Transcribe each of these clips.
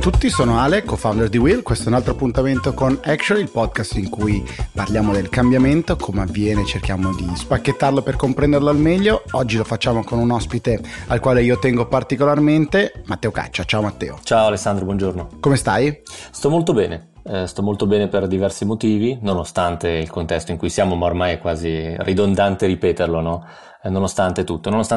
tutti, sono Ale, co-founder di Will. Questo è un altro appuntamento con Actually, il podcast in cui parliamo del cambiamento, come avviene, cerchiamo di spacchettarlo per comprenderlo al meglio. Oggi lo facciamo con un ospite al quale io tengo particolarmente, Matteo Caccia. Ciao Matteo. Ciao Alessandro, buongiorno. Come stai? Sto molto bene per diversi motivi, nonostante il contesto in cui siamo, ma ormai è quasi ridondante ripeterlo, no? Nonostante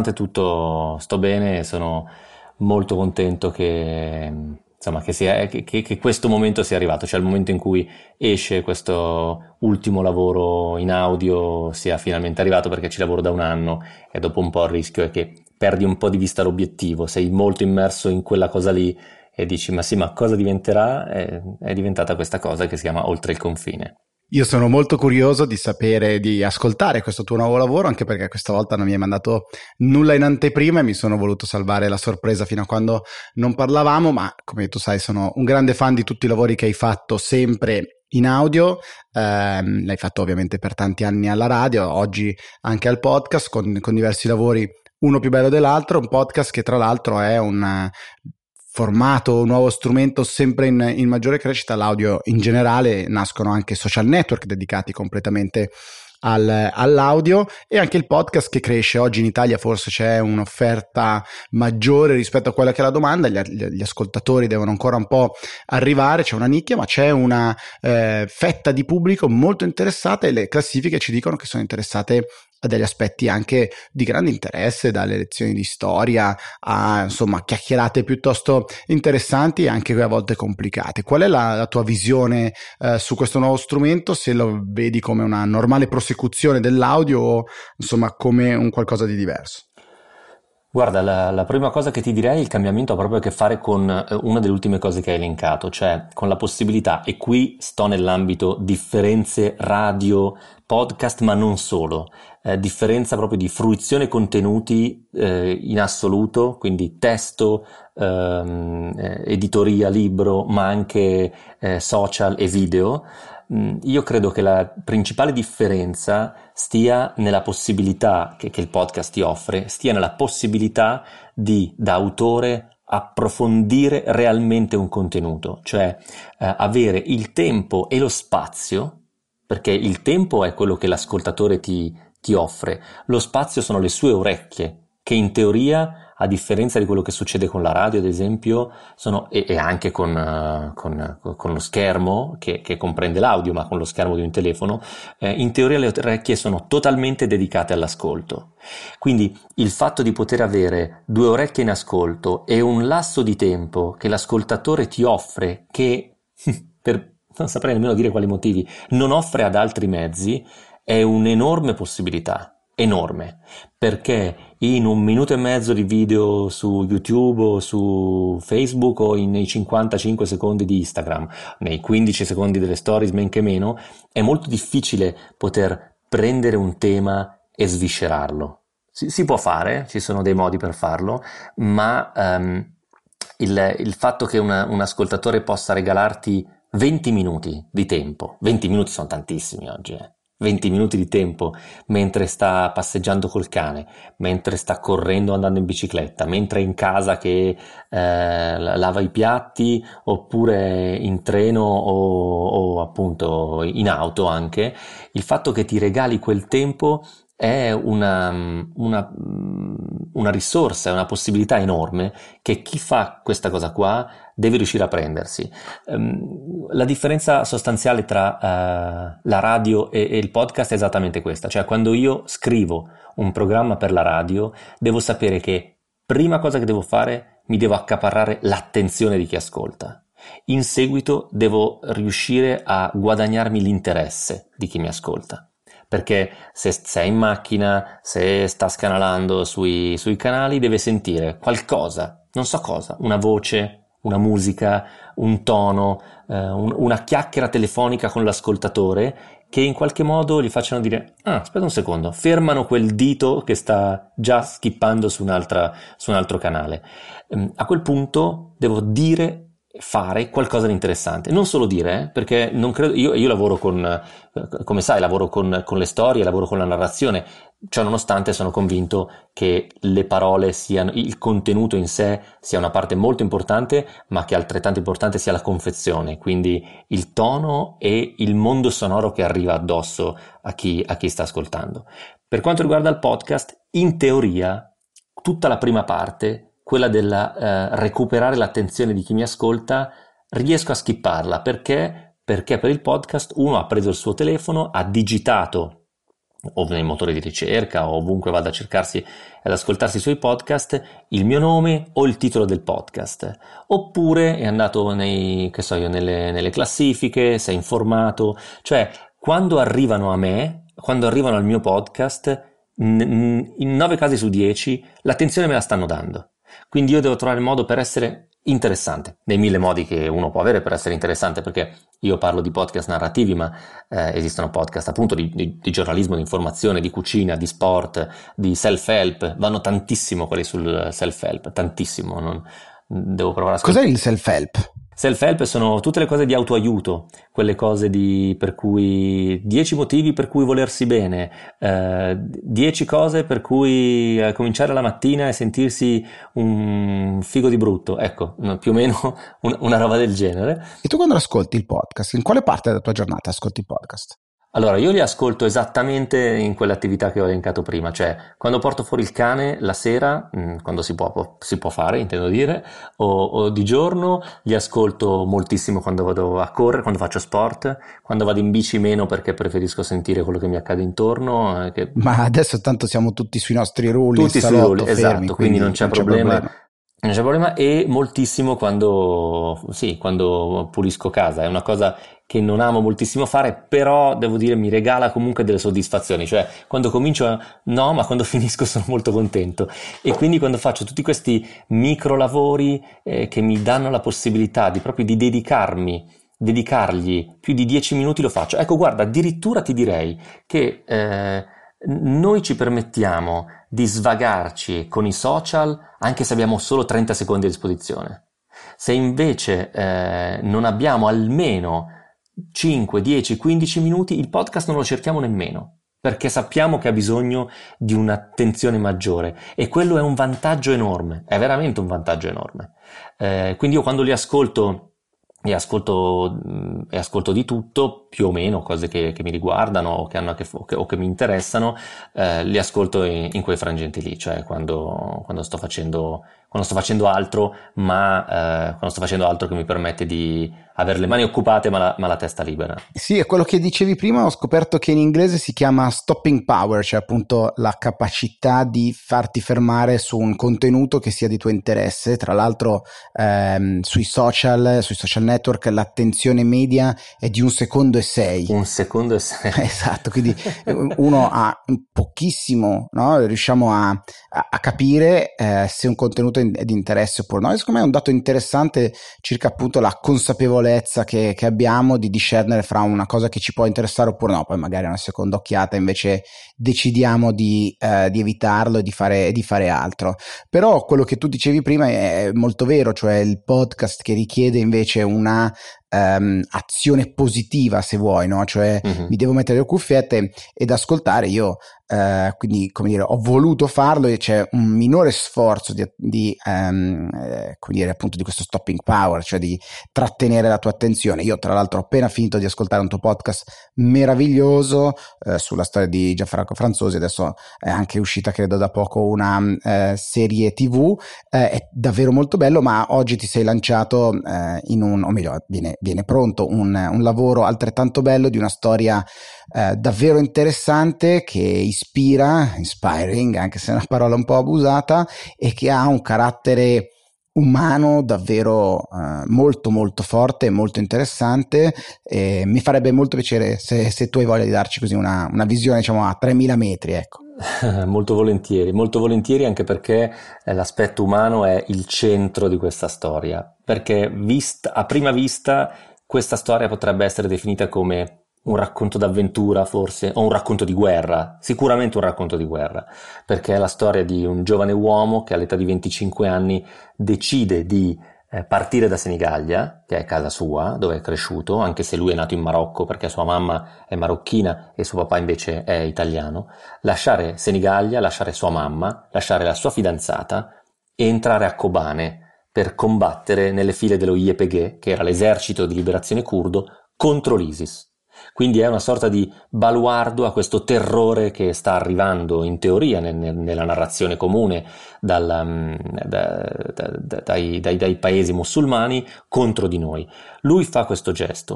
tutto sto bene e sono molto contento che, insomma, che questo momento sia arrivato, cioè il momento in cui esce questo ultimo lavoro in audio sia finalmente arrivato, perché ci lavoro da un anno e dopo un po' il rischio è che perdi un po' di vista l'obiettivo, sei molto immerso in quella cosa lì e dici ma cosa diventerà? È diventata questa cosa che si chiama Oltre il confine. Io sono molto curioso di sapere, di ascoltare questo tuo nuovo lavoro, anche perché questa volta non mi hai mandato nulla in anteprima e mi sono voluto salvare la sorpresa fino a quando non parlavamo, ma come tu sai sono un grande fan di tutti i lavori che hai fatto sempre in audio. L'hai fatto ovviamente per tanti anni alla radio, oggi anche al podcast con diversi lavori, uno più bello dell'altro, un podcast che tra l'altro è un formato, un nuovo strumento sempre in maggiore crescita. L'audio in generale, nascono anche social network dedicati completamente all'audio e anche il podcast che cresce. Oggi in Italia forse c'è un'offerta maggiore rispetto a quella che è la domanda, gli ascoltatori devono ancora un po' arrivare, c'è una nicchia ma c'è una fetta di pubblico molto interessata e le classifiche ci dicono che sono interessate a degli aspetti anche di grande interesse, dalle lezioni di storia a insomma chiacchierate piuttosto interessanti e anche a volte complicate. Qual è la tua visione su questo nuovo strumento? Se lo vedi come una normale prosecuzione dell'audio o insomma come un qualcosa di diverso? Guarda, la prima cosa che ti direi, il cambiamento ha proprio a che fare con una delle ultime cose che hai elencato, cioè con la possibilità, e qui sto nell'ambito differenze radio, podcast, ma non solo, differenza proprio di fruizione contenuti in assoluto, quindi testo, editoria, libro, ma anche social e video. Io credo che la principale differenza stia nella possibilità che il podcast ti offre, stia nella possibilità di, da autore, approfondire realmente un contenuto, cioè avere il tempo e lo spazio, perché il tempo è quello che l'ascoltatore ti offre, lo spazio sono le sue orecchie, che in teoria, a differenza di quello che succede con la radio, ad esempio, e anche con lo schermo che comprende l'audio, ma con lo schermo di un telefono, in teoria le orecchie sono totalmente dedicate all'ascolto. Quindi il fatto di poter avere due orecchie in ascolto e un lasso di tempo che l'ascoltatore ti offre, che per non saprei nemmeno dire quali motivi, non offre ad altri mezzi, è un'enorme possibilità. Enorme, perché in 1 minuto e mezzo di video su YouTube o su Facebook o nei 55 secondi di Instagram, nei 15 secondi delle stories men che meno, è molto difficile poter prendere un tema e sviscerarlo. Si può fare, ci sono dei modi per farlo, ma il fatto che un ascoltatore possa regalarti 20 minuti di tempo, 20 minuti sono tantissimi oggi, 20 minuti di tempo mentre sta passeggiando col cane, mentre sta correndo o andando in bicicletta, mentre è in casa che lava i piatti, oppure in treno o appunto in auto anche, il fatto che ti regali quel tempo è una risorsa, è una possibilità enorme che chi fa questa cosa qua deve riuscire a prendersi. La differenza sostanziale tra la radio e il podcast è esattamente questa, cioè quando io scrivo un programma per la radio devo sapere che prima cosa che devo fare mi devo accaparrare l'attenzione di chi ascolta. In seguito devo riuscire a guadagnarmi l'interesse di chi mi ascolta. Perché se sei in macchina, se sta scanalando sui canali, deve sentire qualcosa, non so cosa, una voce, una musica, un tono, una chiacchiera telefonica con l'ascoltatore che in qualche modo gli facciano dire aspetta un secondo, fermano quel dito che sta già skippando su un altro canale. A quel punto devo dire, fare qualcosa di interessante, non solo dire, perché non credo, io lavoro come sai, lavoro con le storie, lavoro con la narrazione, Ciò nonostante sono convinto che le parole siano, il contenuto in sé sia una parte molto importante, ma che altrettanto importante sia la confezione, quindi il tono e il mondo sonoro che arriva addosso a chi sta ascoltando. Per quanto riguarda il podcast, in teoria, tutta la prima parte, quella del recuperare l'attenzione di chi mi ascolta, riesco a skipparla perché per il podcast uno ha preso il suo telefono, ha digitato o nei motori di ricerca o ovunque vada a cercarsi ad ascoltarsi i suoi podcast il mio nome o il titolo del podcast, oppure è andato nelle classifiche, si è informato, cioè quando arrivano a me, quando arrivano al mio podcast, in 9 casi su 10 l'attenzione me la stanno dando, quindi io devo trovare il modo per essere interessante, nei 1000 modi che uno può avere per essere interessante, perché io parlo di podcast narrativi, ma esistono podcast appunto di giornalismo, di informazione, di cucina, di sport, di self-help, vanno tantissimo quelli sul self-help, tantissimo, devo provare a Cos'è ascoltare. il self-help? Self-help sono tutte le cose di autoaiuto, quelle cose per cui 10 motivi per cui volersi bene, 10 cose per cui cominciare la mattina e sentirsi un figo di brutto, ecco, più o meno una roba del genere. E tu quando ascolti il podcast, in quale parte della tua giornata ascolti il podcast? Allora, io li ascolto esattamente in quelle attività che ho elencato prima, cioè quando porto fuori il cane la sera, quando si può fare, intendo dire, o di giorno, li ascolto moltissimo quando vado a correre, quando faccio sport, quando vado in bici meno perché preferisco sentire quello che mi accade intorno. Ma adesso tanto siamo tutti sui nostri rulli in Tutti sui salotto, ruoli, fermi, esatto, quindi non c'è problema. problema. Non c'è problema, e moltissimo quando pulisco casa, è una cosa che non amo moltissimo fare, però devo dire mi regala comunque delle soddisfazioni, cioè quando comincio no, ma quando finisco sono molto contento, e quindi quando faccio tutti questi micro lavori che mi danno la possibilità di dedicargli più di 10 minuti, lo faccio. Ecco, guarda, addirittura ti direi che noi ci permettiamo di svagarci con i social anche se abbiamo solo 30 secondi a disposizione. Se invece non abbiamo almeno 5, 10, 15 minuti, il podcast non lo cerchiamo nemmeno, perché sappiamo che ha bisogno di un'attenzione maggiore, e quello è un vantaggio enorme, è veramente un vantaggio enorme. Quindi io quando li ascolto e ascolto di tutto, più o meno, cose che mi riguardano o che hanno o che mi interessano, li ascolto in quei frangenti lì, cioè quando sto facendo altro, ma quando sto facendo altro che mi permette di avere le mani occupate ma la testa libera. Sì, è quello che dicevi prima, ho scoperto che in inglese si chiama stopping power, cioè appunto la capacità di farti fermare su un contenuto che sia di tuo interesse. Tra l'altro sui social network l'attenzione media è di 1,6 secondi. 1 secondo e 6. Esatto, quindi uno ha pochissimo, no? Riusciamo a capire se un contenuto è di interesse oppure no. E secondo me è un dato interessante circa appunto la consapevolezza che abbiamo di discernere fra una cosa che ci può interessare oppure no. Poi magari a una seconda occhiata invece decidiamo di evitarlo e di fare altro. Però quello che tu dicevi prima è molto vero, cioè il podcast che richiede invece una azione positiva, se vuoi, no? Cioè mi devo mettere le cuffiette ed ascoltare. Io quindi, come dire, ho voluto farlo e c'è un minore sforzo come dire, appunto, di questo stopping power, cioè di trattenere la tua attenzione. Io tra l'altro ho appena finito di ascoltare un tuo podcast meraviglioso sulla storia di Gianfranco Franzosi. Adesso è anche uscita, credo da poco, una serie TV, è davvero molto bello. Ma oggi ti sei lanciato o meglio, viene pronto un lavoro altrettanto bello, di una storia davvero interessante, che inspiring, anche se è una parola un po' abusata, e che ha un carattere umano davvero molto molto forte e molto interessante. E mi farebbe molto piacere se tu hai voglia di darci così una visione, diciamo, a 3000 metri, ecco. Molto volentieri, anche perché l'aspetto umano è il centro di questa storia, perché a prima vista questa storia potrebbe essere definita come un racconto d'avventura, forse, o un racconto di guerra, sicuramente un racconto di guerra, perché è la storia di un giovane uomo che all'età di 25 anni decide di partire da Senigallia, che è casa sua, dove è cresciuto, anche se lui è nato in Marocco perché sua mamma è marocchina e suo papà invece è italiano, lasciare Senigallia, lasciare sua mamma, lasciare la sua fidanzata e entrare a Kobane per combattere nelle file dello YPG, che era l'esercito di liberazione curdo, contro l'ISIS. Quindi è una sorta di baluardo a questo terrore che sta arrivando in teoria nella narrazione comune dai paesi musulmani contro di noi. Lui fa questo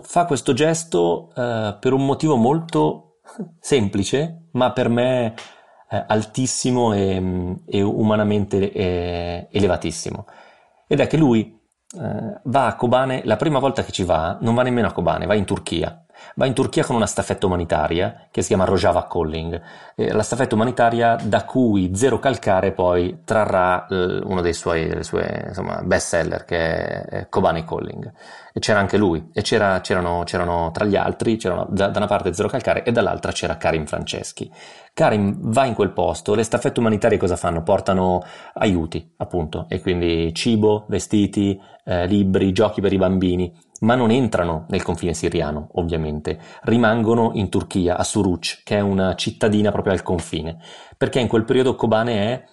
gesto per un motivo molto semplice, ma per me altissimo e umanamente elevatissimo. Ed è che lui va a Kobane, la prima volta che ci va, non va nemmeno a Kobane, va in Turchia. Va in Turchia con una staffetta umanitaria che si chiama Rojava Calling, la staffetta umanitaria da cui Zero Calcare poi trarrà uno dei suoi insomma, best seller, che è Kobane Calling. E c'era anche lui, e c'erano tra gli altri, c'erano da una parte Zero Calcare e dall'altra c'era Karim Franceschi. Karim va in quel posto, le staffette umanitarie cosa fanno? Portano aiuti, appunto, e quindi cibo, vestiti, libri, giochi per i bambini, ma non entrano nel confine siriano, ovviamente, rimangono in Turchia, a Suruc, che è una cittadina proprio al confine, perché in quel periodo Kobane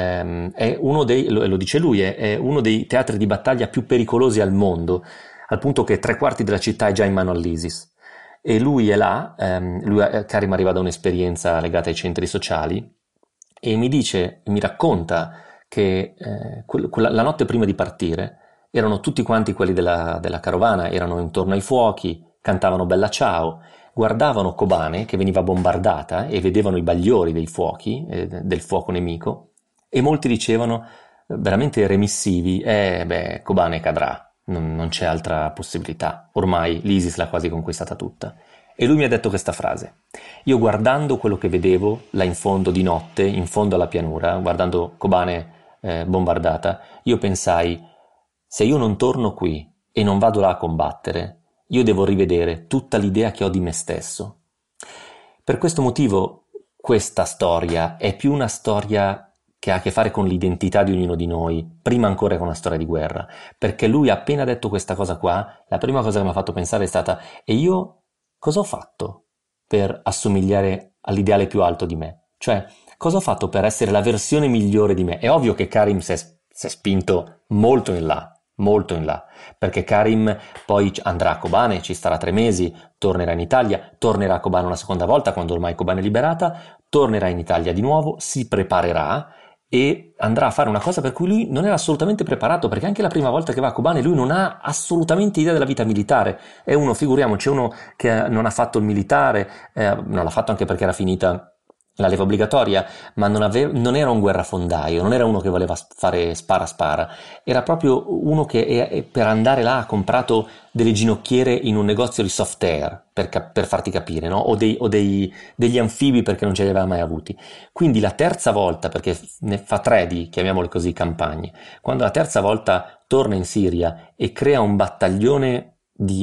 è uno dei, lo dice lui, è uno dei teatri di battaglia più pericolosi al mondo, al punto che 3/4 della città è già in mano all'ISIS. E lui è là, Karim arriva da un'esperienza legata ai centri sociali, e mi racconta che la notte prima di partire erano tutti quanti quelli della carovana, erano intorno ai fuochi, cantavano Bella Ciao, guardavano Kobane che veniva bombardata e vedevano i bagliori dei fuochi, del fuoco nemico, e molti dicevano, veramente remissivi, Kobane cadrà, non c'è altra possibilità, ormai l'ISIS l'ha quasi conquistata tutta. E lui mi ha detto questa frase: io guardando quello che vedevo là in fondo di notte, in fondo alla pianura, guardando Kobane bombardata, io pensai: se io non torno qui e non vado là a combattere, io devo rivedere tutta l'idea che ho di me stesso. Per questo motivo questa storia è più una storia che ha a che fare con l'identità di ognuno di noi, prima ancora che con una storia di guerra, perché lui ha appena detto questa cosa qua, la prima cosa che mi ha fatto pensare è stata: e io cosa ho fatto per assomigliare all'ideale più alto di me? Cioè, cosa ho fatto per essere la versione migliore di me? È ovvio che Karim si è spinto molto in là, perché Karim poi andrà a Kobane, ci starà 3 mesi, tornerà in Italia, tornerà a Kobane una seconda volta quando ormai Kobane è liberata, tornerà in Italia di nuovo, si preparerà e andrà a fare una cosa per cui lui non era assolutamente preparato, perché anche la prima volta che va a Kobane lui non ha assolutamente idea della vita militare. È uno, figuriamoci, uno che non ha fatto il militare, non l'ha fatto anche perché era finita la leva obbligatoria, ma non era un guerrafondaio, non era uno che voleva fare spara, era proprio uno che per andare là ha comprato delle ginocchiere in un negozio di soft air, per farti capire, no? o degli anfibi, perché non ce li aveva mai avuti. Quindi la terza volta, perché ne fa 3 di, chiamiamole così, campagne, quando la terza volta torna in Siria e crea un battaglione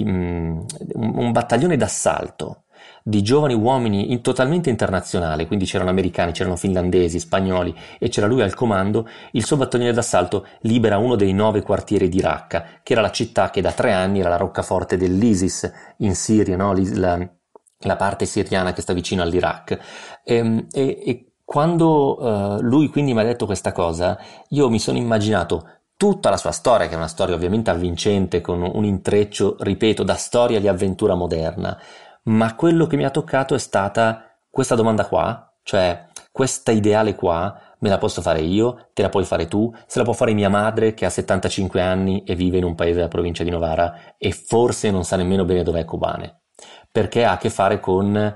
d'assalto di giovani uomini totalmente internazionale, quindi c'erano americani, c'erano finlandesi, spagnoli, e c'era lui al comando. Il suo battaglione d'assalto libera uno dei 9 quartieri di Raqqa, che era la città che da 3 anni era la roccaforte dell'ISIS in Siria, no? La parte siriana che sta vicino all'Iraq. E quando lui quindi mi ha detto questa cosa, io mi sono immaginato tutta la sua storia, che è una storia ovviamente avvincente, con un intreccio, ripeto, da storia di avventura moderna, ma quello che mi ha toccato è stata questa domanda qua, cioè questa ideale qua, me la posso fare io, te la puoi fare tu, se la può fare mia madre che ha 75 anni e vive in un paese della provincia di Novara e forse non sa nemmeno bene dov'è Kobane, perché ha a che fare con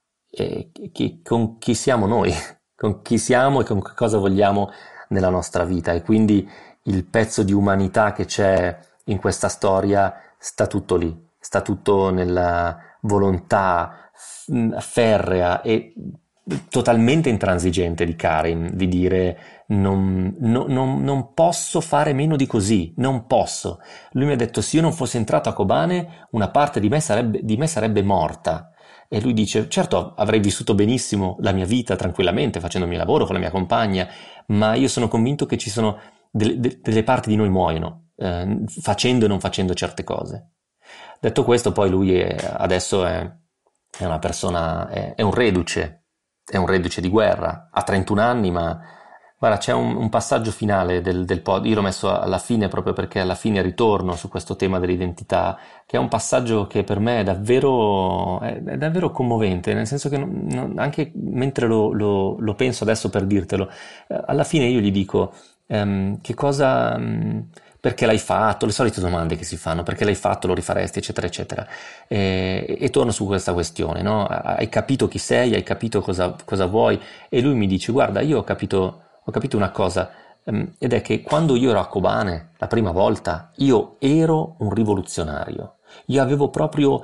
chi siamo noi, con chi siamo e con che cosa vogliamo nella nostra vita, e quindi il pezzo di umanità che c'è in questa storia sta tutto lì, sta tutto nella volontà ferrea e totalmente intransigente di Karim di dire non posso fare meno di così, non posso. Lui mi ha detto: se io non fossi entrato a Kobane una parte di me sarebbe morta. E lui dice: certo, avrei vissuto benissimo la mia vita tranquillamente facendo il mio lavoro con la mia compagna, ma io sono convinto che ci sono delle parti di noi muoiono, facendo e non facendo certe cose. Detto questo, poi lui adesso è una persona, è un reduce di guerra, ha 31 anni, ma guarda, c'è un passaggio finale del pod, io l'ho messo alla fine proprio perché alla fine ritorno su questo tema dell'identità, che è un passaggio che per me è davvero commovente, nel senso che anche mentre lo penso adesso per dirtelo, alla fine io gli dico che cosa, perché l'hai fatto, le solite domande che si fanno, perché l'hai fatto, lo rifaresti, eccetera, eccetera. E torno su questa questione, no? Hai capito chi sei, hai capito cosa vuoi, e lui mi dice, guarda, io ho capito una cosa, ed è che quando io ero a Kobane, la prima volta, io ero un rivoluzionario. Io avevo proprio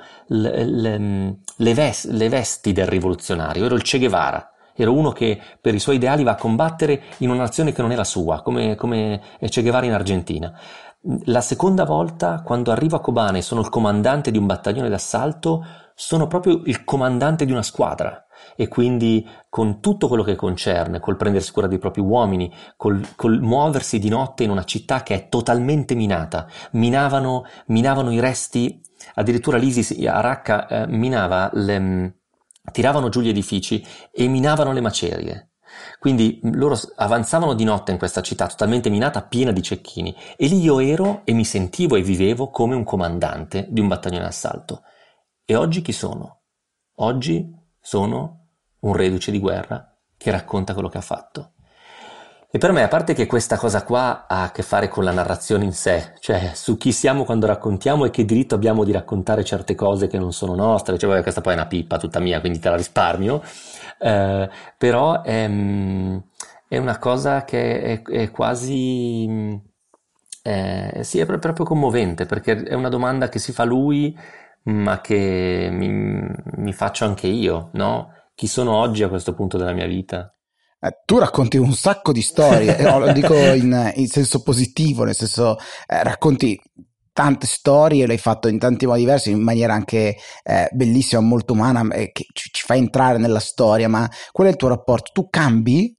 le vesti del rivoluzionario, ero il Che Guevara. Ero uno che per i suoi ideali va a combattere in una nazione che non è la sua, come Che Guevara in Argentina. La seconda volta, quando arrivo a Kobane e sono il comandante di un battaglione d'assalto, sono proprio il comandante di una squadra. E quindi con tutto quello che concerne, col prendersi cura dei propri uomini, col muoversi di notte in una città che è totalmente minata, minavano i resti, addirittura l'ISIS a Raqqa tiravano giù gli edifici e minavano le macerie. Quindi loro avanzavano di notte in questa città totalmente minata, piena di cecchini, e lì io ero e mi sentivo e vivevo come un comandante di un battaglione d'assalto. E oggi chi sono? Oggi sono un reduce di guerra che racconta quello che ha fatto. E per me, a parte che questa cosa qua ha a che fare con la narrazione in sé, cioè su chi siamo quando raccontiamo e che diritto abbiamo di raccontare certe cose che non sono nostre, cioè vabbè, questa poi è una pippa tutta mia, quindi te la risparmio, però è una cosa che è quasi, sì, è proprio commovente, perché è una domanda che si fa lui, ma che mi faccio anche io, no? Chi sono oggi a questo punto della mia vita? Tu racconti un sacco di storie, no, lo dico in senso positivo, nel senso racconti tante storie, l'hai fatto in tanti modi diversi, in maniera anche bellissima, molto umana, che ci fa entrare nella storia. Ma qual è il tuo rapporto? Tu cambi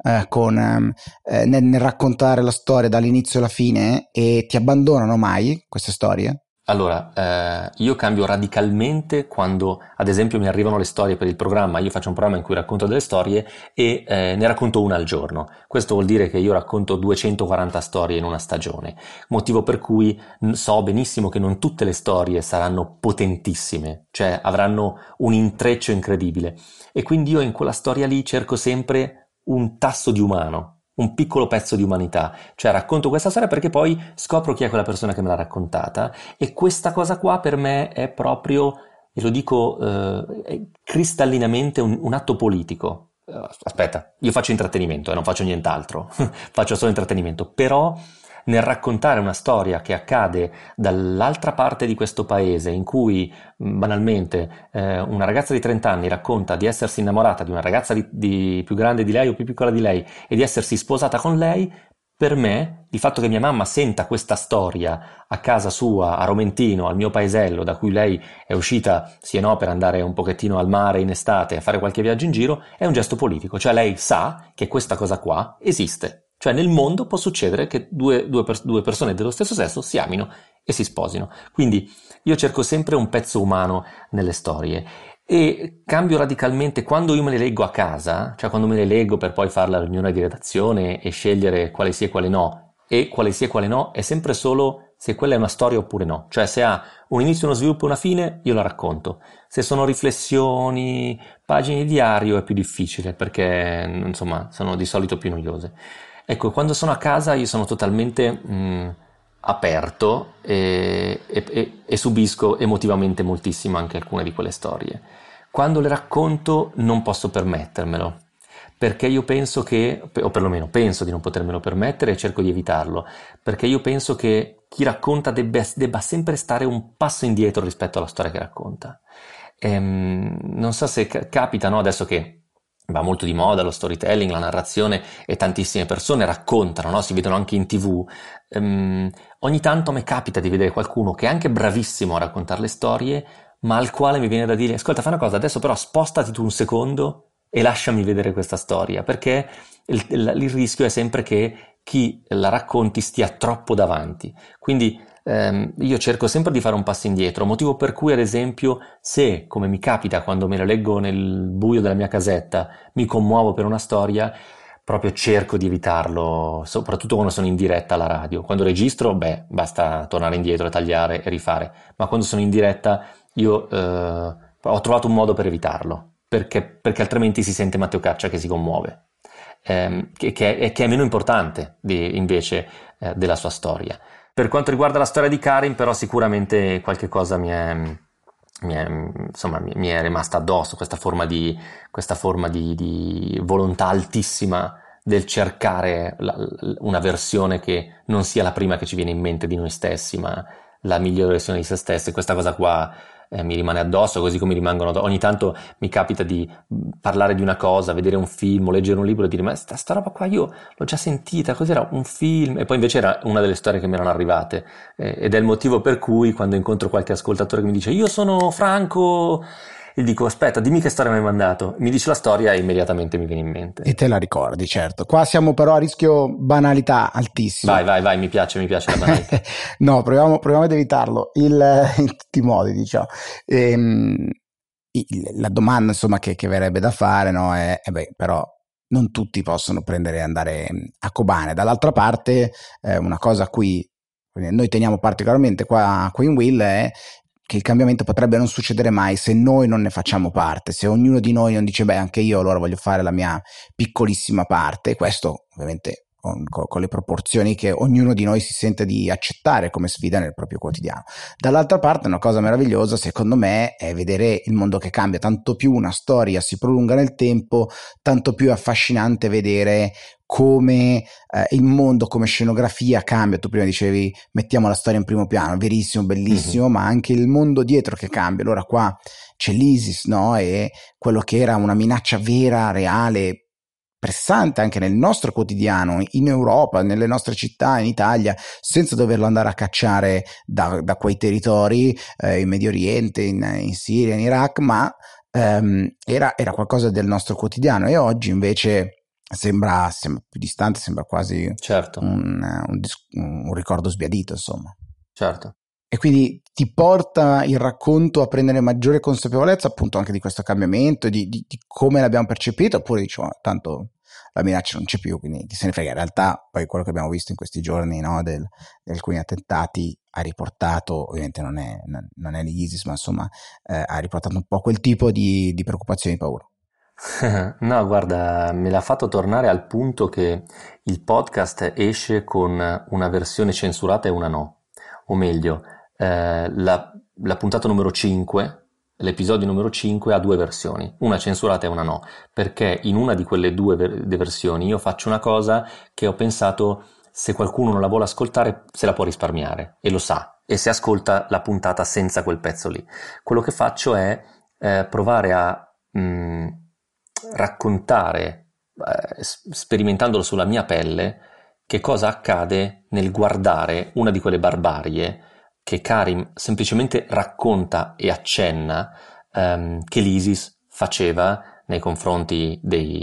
nel raccontare la storia dall'inizio alla fine, e ti abbandonano mai queste storie? Allora, io cambio radicalmente quando, ad esempio, mi arrivano le storie per il programma. Io faccio un programma in cui racconto delle storie e ne racconto una al giorno. Questo vuol dire che io racconto 240 storie in una stagione, motivo per cui so benissimo che non tutte le storie saranno potentissime, cioè avranno un intreccio incredibile. E quindi io in quella storia lì cerco sempre un tasso di umano, un piccolo pezzo di umanità, cioè racconto questa storia perché poi scopro chi è quella persona che me l'ha raccontata, e questa cosa qua per me è proprio, e lo dico cristallinamente, un atto politico. Aspetta, io faccio intrattenimento e non faccio nient'altro, faccio solo intrattenimento, però nel raccontare una storia che accade dall'altra parte di questo paese, in cui banalmente una ragazza di 30 anni racconta di essersi innamorata di una ragazza di più grande di lei o più piccola di lei e di essersi sposata con lei, per me il fatto che mia mamma senta questa storia a casa sua, a Romentino, al mio paesello, da cui lei è uscita sì e no per andare un pochettino al mare in estate a fare qualche viaggio in giro, è un gesto politico, cioè lei sa che questa cosa qua esiste. Cioè nel mondo può succedere che due persone dello stesso sesso si amino e si sposino. Quindi io cerco sempre un pezzo umano nelle storie e cambio radicalmente quando io me le leggo a casa, cioè quando me le leggo per poi fare la riunione di redazione e scegliere quale sì e quale no, e quale sì e quale no è sempre solo se quella è una storia oppure no. Cioè se ha un inizio, uno sviluppo e una fine, io la racconto. Se sono riflessioni, pagine di diario è più difficile perché insomma sono di solito più noiose. Ecco, quando sono a casa io sono totalmente aperto e subisco emotivamente moltissimo anche alcune di quelle storie. Quando le racconto non posso permettermelo, perché io penso che, o perlomeno penso di non potermelo permettere e cerco di evitarlo, perché io penso che chi racconta debba sempre stare un passo indietro rispetto alla storia che racconta. Non so se capita, no? Adesso che va molto di moda lo storytelling, la narrazione, e tantissime persone raccontano, no? Si vedono anche in TV. Ogni tanto a me capita di vedere qualcuno che è anche bravissimo a raccontare le storie, ma al quale mi viene da dire: ascolta, fai una cosa, adesso però spostati tu un secondo e lasciami vedere questa storia, perché il rischio è sempre che chi la racconti stia troppo davanti. Quindi io cerco sempre di fare un passo indietro, motivo per cui ad esempio se, come mi capita quando me la leggo nel buio della mia casetta, mi commuovo per una storia, proprio cerco di evitarlo, soprattutto quando sono in diretta alla radio. Quando registro, basta tornare indietro, tagliare e rifare, ma quando sono in diretta io ho trovato un modo per evitarlo, perché altrimenti si sente Matteo Caccia che si commuove, che è meno importante invece della sua storia. Per quanto riguarda la storia di Karim, però sicuramente qualche cosa mi è rimasta addosso, questa forma di volontà altissima del cercare una versione che non sia la prima che ci viene in mente di noi stessi, ma la migliore versione di se stessi. Questa cosa qua mi rimane addosso, così come ogni tanto mi capita di parlare di una cosa, vedere un film o leggere un libro e dire ma sta roba qua io l'ho già sentita, cos'era un film? E poi invece era una delle storie che mi erano arrivate, ed è il motivo per cui quando incontro qualche ascoltatore che mi dice io sono Franco, gli dico aspetta dimmi che storia mi hai mandato, mi dice la storia e immediatamente mi viene in mente. E te la ricordi, certo. Qua siamo però a rischio banalità altissimo. Vai, mi piace la banalità. No, proviamo ad evitarlo in tutti i modi, diciamo. La domanda, insomma, che verrebbe da fare, no, è però non tutti possono prendere e andare a Kobane. Dall'altra parte, una cosa a cui noi teniamo particolarmente qua in Will è che il cambiamento potrebbe non succedere mai se noi non ne facciamo parte, se ognuno di noi non dice anche io allora voglio fare la mia piccolissima parte. Questo ovviamente con le proporzioni che ognuno di noi si sente di accettare come sfida nel proprio quotidiano. Dall'altra parte una cosa meravigliosa secondo me è vedere il mondo che cambia, tanto più una storia si prolunga nel tempo, tanto più è affascinante vedere come il mondo come scenografia cambia. Tu prima dicevi mettiamo la storia in primo piano, verissimo, bellissimo, ma anche il mondo dietro che cambia. Allora qua c'è l'ISIS, no? E quello che era una minaccia vera, reale, pressante anche nel nostro quotidiano, in Europa, nelle nostre città, in Italia, senza doverlo andare a cacciare da quei territori, in Medio Oriente, in Siria, in Iraq, ma era qualcosa del nostro quotidiano. E oggi invece sembra più distante, sembra quasi certo. un ricordo sbiadito, insomma. Certo. E quindi ti porta il racconto a prendere maggiore consapevolezza appunto anche di questo cambiamento, di come l'abbiamo percepito, oppure diciamo tanto la minaccia non c'è più, quindi chi se ne frega. In realtà poi quello che abbiamo visto in questi giorni, no, di alcuni attentati ha riportato, ovviamente non è l'ISIS, ma insomma ha riportato un po' quel tipo di preoccupazioni e paura. No, guarda, me l'ha fatto tornare al punto che il podcast esce con una versione censurata e una no. O meglio, la puntata numero 5, l'episodio numero 5 ha due versioni, una censurata e una no, perché in una di quelle due versioni io faccio una cosa che ho pensato se qualcuno non la vuole ascoltare se la può risparmiare e lo sa, e se ascolta la puntata senza quel pezzo lì. Quello che faccio è provare a raccontare, sperimentandolo sulla mia pelle, che cosa accade nel guardare una di quelle barbarie che Karim semplicemente racconta e accenna che l'ISIS faceva nei confronti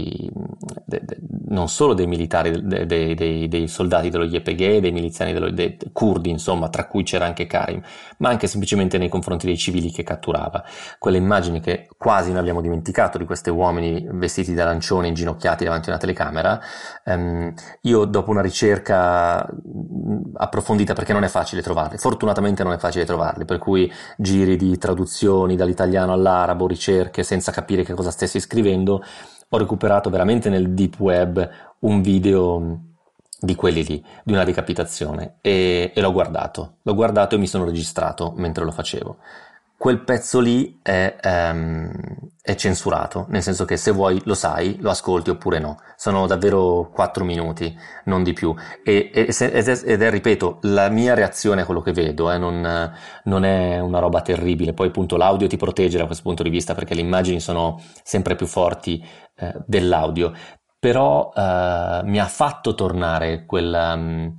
non solo dei militari, dei soldati dello YPG, dei miliziani dei curdi, insomma, tra cui c'era anche Karim, ma anche semplicemente nei confronti dei civili che catturava. Quelle immagini che quasi noi abbiamo dimenticato di questi uomini vestiti da lancione inginocchiati davanti a una telecamera, io dopo una ricerca approfondita, perché non è facile trovarli, fortunatamente non è facile trovarli, per cui giri di traduzioni dall'italiano all'arabo, ricerche senza capire che cosa stessi scrivendo, ho recuperato veramente nel deep web un video di quelli lì, di una decapitazione, e l'ho guardato e mi sono registrato mentre lo facevo. Quel pezzo lì è censurato, nel senso che se vuoi lo sai, lo ascolti oppure no. Sono davvero 4 minuti, non di più. Ed è, ripeto, la mia reazione a quello che vedo, non è una roba terribile. Poi appunto l'audio ti protegge da questo punto di vista perché le immagini sono sempre più forti dell'audio. Però mi ha fatto tornare quella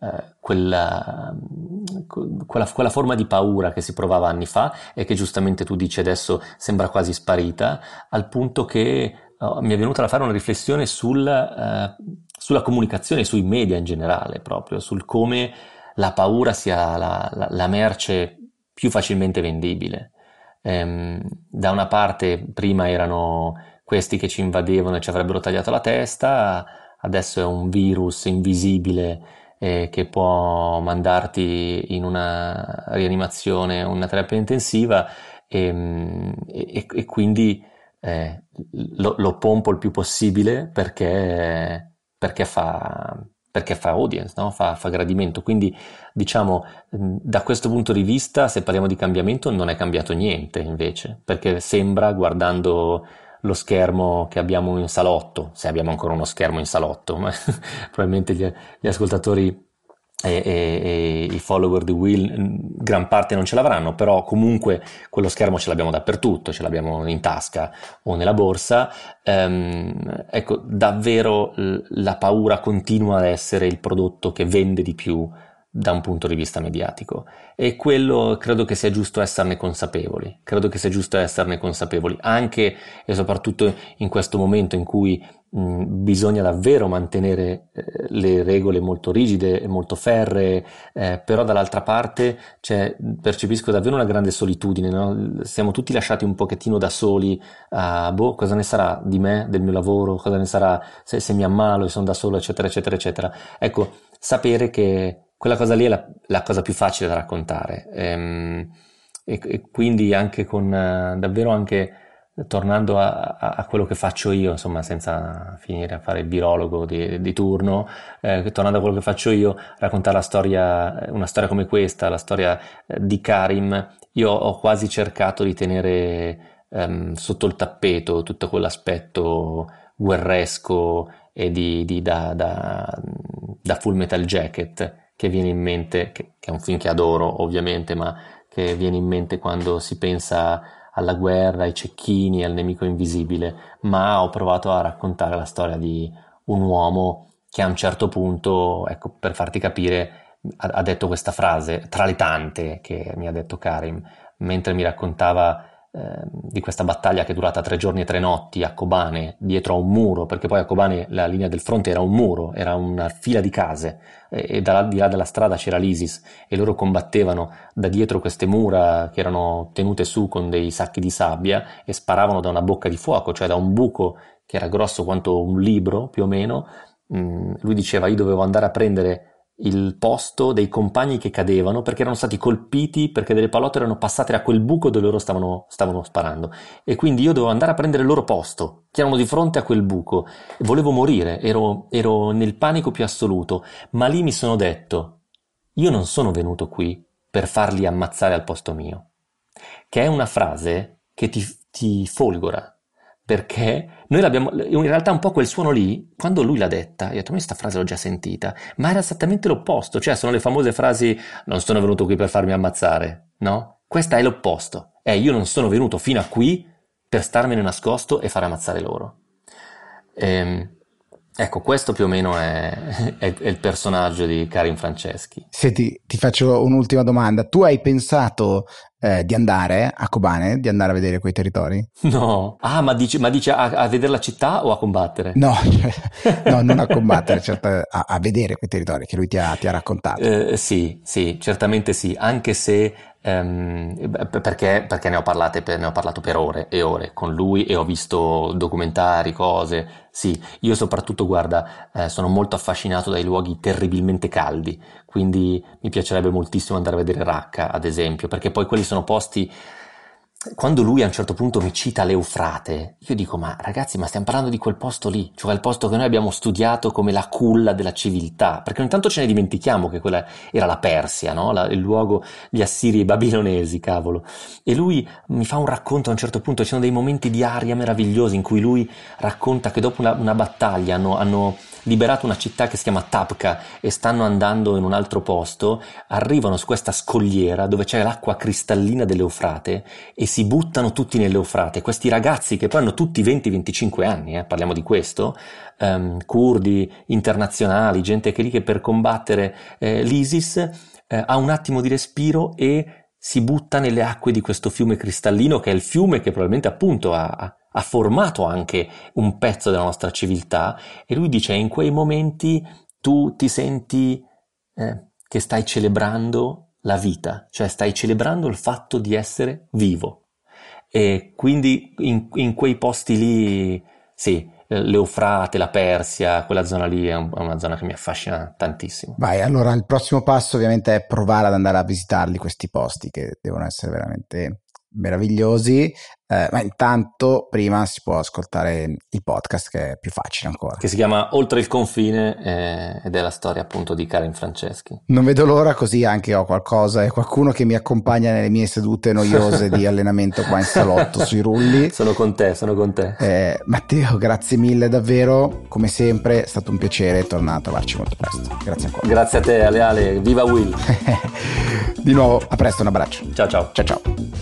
forma di paura che si provava anni fa e che giustamente tu dici adesso sembra quasi sparita, al punto che mi è venuta da fare una riflessione sulla comunicazione, sui media in generale, proprio sul come la paura sia la merce più facilmente vendibile. Da una parte prima erano questi che ci invadevano e ci avrebbero tagliato la testa, adesso è un virus invisibile che può mandarti in una rianimazione, una terapia intensiva e quindi lo pompo il più possibile perché fa audience, no? Fa gradimento. Quindi diciamo da questo punto di vista, se parliamo di cambiamento, non è cambiato niente invece, perché sembra, guardando lo schermo che abbiamo in salotto, se abbiamo ancora uno schermo in salotto, ma probabilmente gli ascoltatori e i follower di Will gran parte non ce l'avranno, però comunque quello schermo ce l'abbiamo dappertutto, ce l'abbiamo in tasca o nella borsa. Ecco, davvero la paura continua ad essere il prodotto che vende di più da un punto di vista mediatico, e quello credo che sia giusto esserne consapevoli, anche e soprattutto in questo momento in cui bisogna davvero mantenere le regole molto rigide e molto ferree, però dall'altra parte percepisco davvero una grande solitudine, no? Siamo tutti lasciati un pochettino da soli a cosa ne sarà di me, del mio lavoro, cosa ne sarà se mi ammalo e sono da solo, eccetera, eccetera, eccetera. Ecco, sapere che quella cosa lì è la cosa più facile da raccontare, e quindi anche davvero anche tornando a quello che faccio io, insomma, senza finire a fare il virologo di turno, tornando a quello che faccio io, raccontare una storia come questa, la storia di Karim, io ho quasi cercato di tenere sotto il tappeto tutto quell'aspetto guerresco e da Full Metal Jacket che viene in mente, che è un film che adoro ovviamente, ma che viene in mente quando si pensa alla guerra, ai cecchini, al nemico invisibile, ma ho provato a raccontare la storia di un uomo che a un certo punto, ecco, per farti capire, ha detto questa frase, tra le tante che mi ha detto Karim, mentre mi raccontava di questa battaglia che è durata 3 giorni e 3 notti a Kobane, dietro a un muro, perché poi a Kobane la linea del fronte era un muro, era una fila di case, e di là della strada c'era l'ISIS e loro combattevano da dietro queste mura che erano tenute su con dei sacchi di sabbia e sparavano da una bocca di fuoco, cioè da un buco che era grosso quanto un libro più o meno. Lui diceva: io dovevo andare a prendere il posto dei compagni che cadevano perché erano stati colpiti, perché delle pallotte erano passate a quel buco dove loro stavano sparando, e quindi io dovevo andare a prendere il loro posto, che erano di fronte a quel buco. Volevo morire, ero nel panico più assoluto, ma lì mi sono detto: io non sono venuto qui per farli ammazzare al posto mio, che è una frase che ti folgora, perché noi l'abbiamo, in realtà un po' quel suono lì, quando lui l'ha detta, io ho detto: ma questa frase l'ho già sentita, ma era esattamente l'opposto, cioè sono le famose frasi: non sono venuto qui per farmi ammazzare, no? Questa è l'opposto, io non sono venuto fino a qui per starmene nascosto e far ammazzare loro. Ecco, questo più o meno è il personaggio di Karin Franceschi. Senti, ti faccio un'ultima domanda. Tu hai pensato di andare a Kobane, di andare a vedere quei territori? No. Ah, ma dice a vedere la città o a combattere? No, no, non a combattere, certo, a vedere quei territori che lui ti ha raccontato. Sì, sì, certamente sì, anche se perché ne ho parlato per ore e ore con lui e ho visto documentari, cose. Sì, io soprattutto, guarda, sono molto affascinato dai luoghi terribilmente caldi, quindi mi piacerebbe moltissimo andare a vedere Raqqa, ad esempio, perché poi quelli sono posti. Quando lui a un certo punto mi cita l'Eufrate, io dico: ma ragazzi, ma stiamo parlando di quel posto lì, cioè il posto che noi abbiamo studiato come la culla della civiltà, perché ogni tanto ce ne dimentichiamo che quella era la Persia, no? Il luogo, gli assiri e i babilonesi, cavolo. E lui mi fa un racconto a un certo punto, ci sono dei momenti di aria meravigliosi in cui lui racconta che dopo una battaglia hanno liberato una città che si chiama Tabqa e stanno andando in un altro posto, arrivano su questa scogliera dove c'è l'acqua cristallina dell'Eufrate e si buttano tutti nell'Eufrate. Questi ragazzi che poi hanno tutti 20-25 anni, parliamo di questo, curdi, internazionali, gente che lì che per combattere l'ISIS ha un attimo di respiro e si butta nelle acque di questo fiume cristallino, che è il fiume che probabilmente appunto ha formato anche un pezzo della nostra civiltà, e lui dice: in quei momenti tu ti senti che stai celebrando la vita, cioè stai celebrando il fatto di essere vivo. E quindi in quei posti lì, sì, l'Eufrate, la Persia, quella zona lì è una zona che mi affascina tantissimo. Vai, allora il prossimo passo ovviamente è provare ad andare a visitarli questi posti, che devono essere veramente meravigliosi, ma intanto prima si può ascoltare il podcast, che è più facile ancora. Che si chiama Oltre il confine, ed è la storia appunto di Karen Franceschi. Non vedo l'ora, così anche ho qualcosa e qualcuno che mi accompagna nelle mie sedute noiose di allenamento qua in salotto sui rulli. Sono con te. Matteo, grazie mille davvero, come sempre è stato un piacere, torna a trovarci molto presto. Grazie ancora. Grazie a te Ale, viva Will. Di nuovo, a presto, un abbraccio. Ciao. Ciao.